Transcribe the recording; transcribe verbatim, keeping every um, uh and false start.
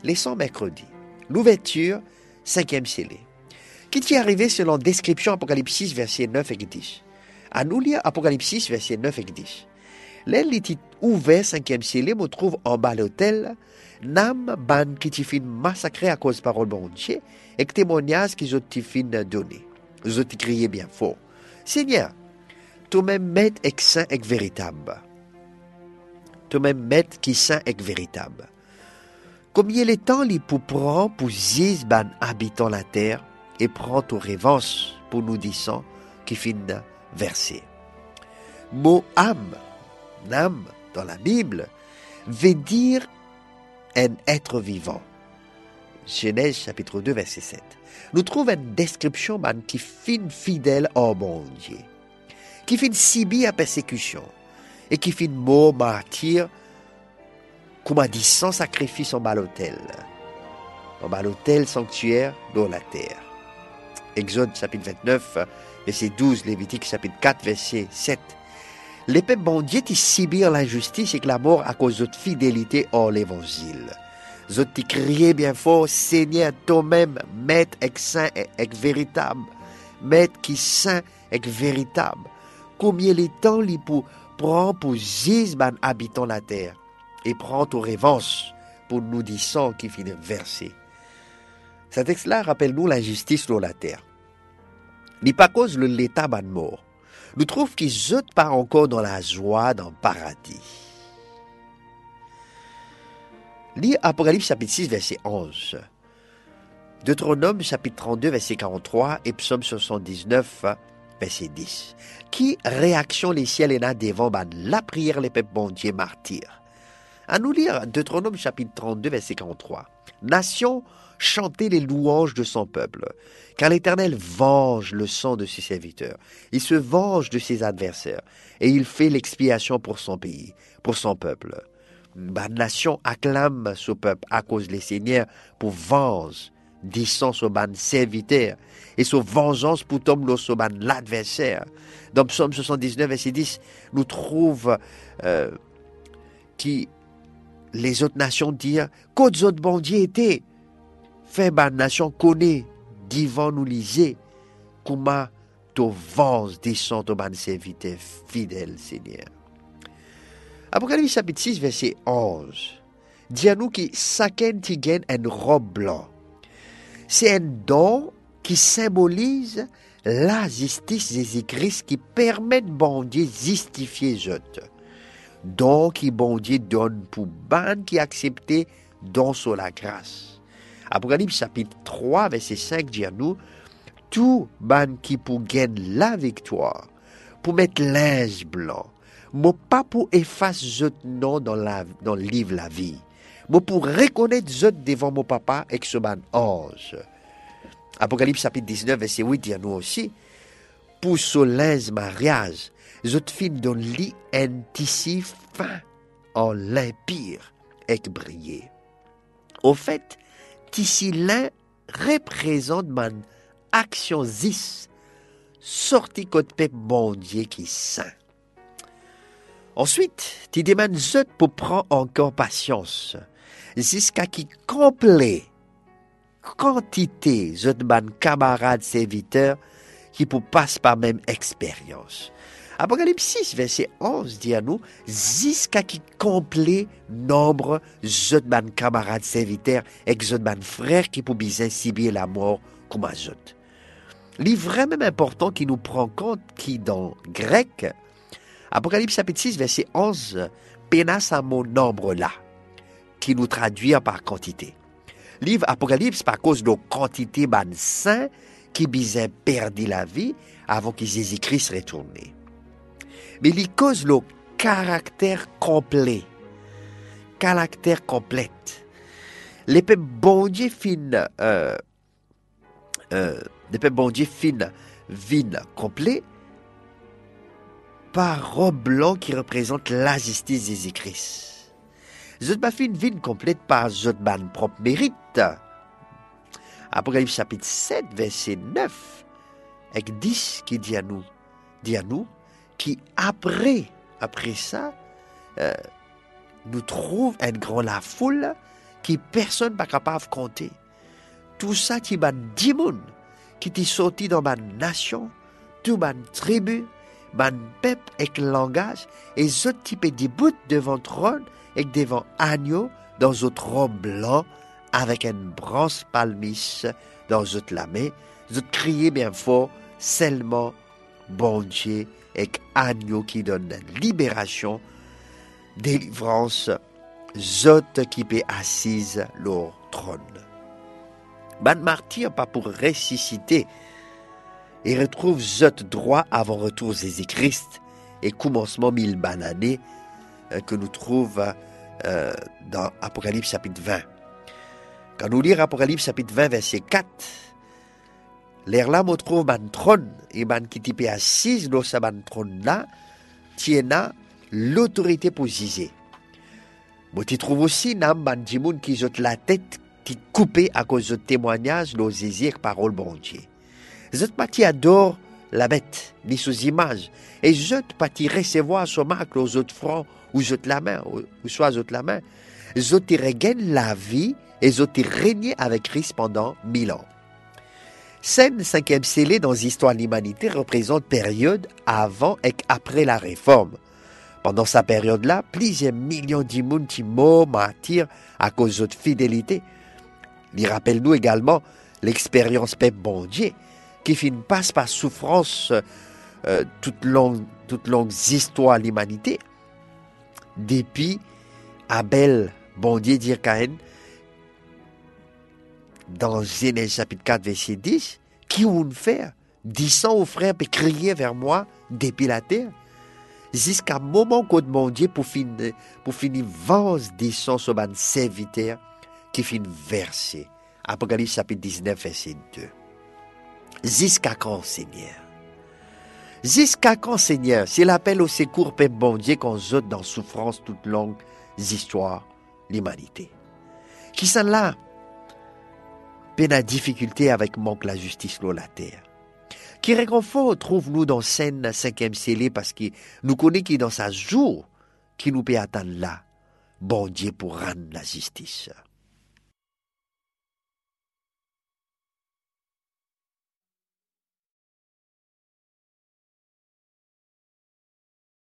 Leçon mercredi. L'ouverture, cinquième scellé. Qui t'y est arrivé selon description Apocalypse six, verset neuf et dix. À nous lire Apocalypse six, verset neuf et dix. L'élite ouvert, cinquième scellé, me trouve en bas l'hôtel, nam ban qui t'y fin massacré à cause parole bon Dieu, et que témoignage qui t'y fin donné. Vous t'y criez bien fort. Seigneur, toi-même maître et saint et véritable. Toi-même maître qui saint et véritable. Combien les temps li pour prendre pour zis ban habitant la terre et prendre aux revanche pour nous disant qui fin verset. Mot âme, âme dans la Bible veut dire un être vivant. Genèse chapitre deux verset sept. Nous trouvons une description man qui fin fidèle au bon Dieu, qui fin subir à persécution et qui fin mort martyr comme a dit sans sacrifice en bas l'autel, en bas l'autel sanctuaire dans la terre. Exode chapitre vingt-neuf, verset douze, Lévitique chapitre quatre, verset sept. Les peuples bon Dieu qui subirent l'injustice et que la mort à cause de fidélité en l'évangile. Zot qui criez bien fort, Seigneur, toi-même, maître et saint et véritable, maître qui saint et véritable. Combien les temps li pour prendre pour gis ban habitant la terre et prendre aux revanche pour nous disant qui finit versé. Ce texte-là rappelle-nous l'injustice sur la terre. Ni pas cause le l'état ban mort. Nous trouve qu'ils n'ont pas encore dans la joie, dans le paradis. Lis Apocalypse chapitre six, verset onze. Deutéronome chapitre trente-deux, verset quarante-trois et Psaume soixante-dix-neuf, verset dix. Qui réaction les ciels et na devant ban la prière les peuples bon Dieu martyrs. À nous lire Deutéronome chapitre trente-deux, verset quarante-trois. Nation, chantez les louanges de son peuple, car l'Éternel venge le sang de ses serviteurs. Il se venge de ses adversaires, et il fait l'expiation pour son pays, pour son peuple. La nation acclame ce peuple à cause des seigneurs pour venge, disant ce ban serviteur, et ce vengeance pour tomber ce ban l'adversaire. Dans Psaume soixante-dix-neuf, verset dix, nous trouvons euh, qui les autres nations disent qu'aux autres bon Dieu étaient fait ban nation connaît divin nous lisez comment to venge descend au ban serviteur fidèle Seigneur. Apocalypse chapitre six verset onze dit à nous que chacun qui gagne une robe blanche. C'est un don qui symbolise la justice de Jésus-Christ qui permet bon Dieu justifier les autres. Don qui bon Dieu donne pour ban qui accepté don sur la grâce. Apocalypse chapitre trois verset cinq dit à nous tout ban qui pour gagner la victoire, pour mettre linge blanc, mais pas pour effacer autres nom dans la dans le livre la vie, mais pour reconnaître autres devant mon papa et ce ban ange. Apocalypse chapitre dix-neuf verset huit dit à nous aussi pour ce linge mariage, autres filles dans lit un tissu fin en limpire et briller. Au fait, tissu lin représente mon action zis sorti côté peuple bon Dieu qui saint. Ensuite, tu demandes zot pour prendre encore patience jusqu'à qui complet quantité zot ban camarades serviteurs qui pour passer par même expérience. Apocalypse six verset onze dit à nous jusqu'à qui complet nombre zot ban camarades serviteurs et zot ban frères qui pour bien subir la mort comme à zot. Li vraiment important qui nous prend compte qui dans grec Apocalypse chapitre six verset onze pénas à mon nombre là qui nous traduit par quantité. Livre Apocalypse par cause de quantité ban saint qui bizarre perdu la vie avant que Jésus-Christ retourne. Mais il cause le caractère complet. Caractère complète. Les peuples bon Dieu fin euh, euh, les peuples bon Dieu fin vin complet par robe blanc qui représente la justice de Jésus-Christ. Zot ba fin vin complète par zot ban propre mérite. Apocalypse chapitre sept verset neuf et dix qui dit à nous, dit à nous qui après, après ça, euh, nous trouve un grand la foule qui personne pas capable de compter. Tout ça, qui ban dix moun, qui t'y sorti dans ma nation, tout ban tribu, ban peuple avec langage, et autres qui peut debout devant trône, et devant agneau, dans autres robes blancs, avec une branche palmis dans autres la main, autres crier bien fort, seulement bon Dieu, avec agneau qui donne libération, délivrance, autres qui peut assise leur trône. Ban martyr pas pour ressusciter et retrouve zot droit avant retour Jésus-Christ et commencement mille bananés euh, que nous trouvons euh, dans Apocalypse chapitre vingt. Quand nous lisons Apocalypse chapitre vingt verset quatre, l'air là me trouve ban trône et ban qui type assise dans ce ban trône là tiena l'autorité pour juger. Moi tu trouves aussi nam ban dimoun qui jette la tête qui coupé à cause de témoignages, nos désirs, paroles bon Dieu. Je pas qui adore la bête, ni sous images, et je pas qui recevoir son marque aux autres fronts, ou je la main, ou soit je la main. Je te regagne la vie, et je te régner avec Christ pendant mille ans. Scène cinquième scellée dans l'histoire de l'humanité représente période avant et après la réforme. Pendant sa période-là, plusieurs millions d'immunes qui morts, martyrs à cause de fidélité. Il rappelle-nous également l'expérience peuple bon Dieu, qui fin passe par souffrance euh, toute longue, toute longue histoire de l'humanité. Depuis Abel, bon Dieu dire Caïn, dans Genèse chapitre quatre, verset dix, qui vont faire, disant aux frères, puis crier vers moi depuis la terre, jusqu'à moment que mon Dieu pour finir, pour finir vence descend sur mon serviteur, qui finit verser. Apocalypse chapitre dix-neuf, verset deux. Jusqu'à quand, Seigneur? Jusqu'à quand, Seigneur? C'est l'appel au secours, Père bon Dieu, qu'on jette dans souffrance toute longue histoire, l'humanité. Qui sont là? Peine à difficulté avec manque la justice sur la terre. Qui réconfort trouve-nous dans scène cinquième scellée parce que nous connaissons qui dans sa jour, qui nous peut attendre là, bon Dieu pour rendre la justice.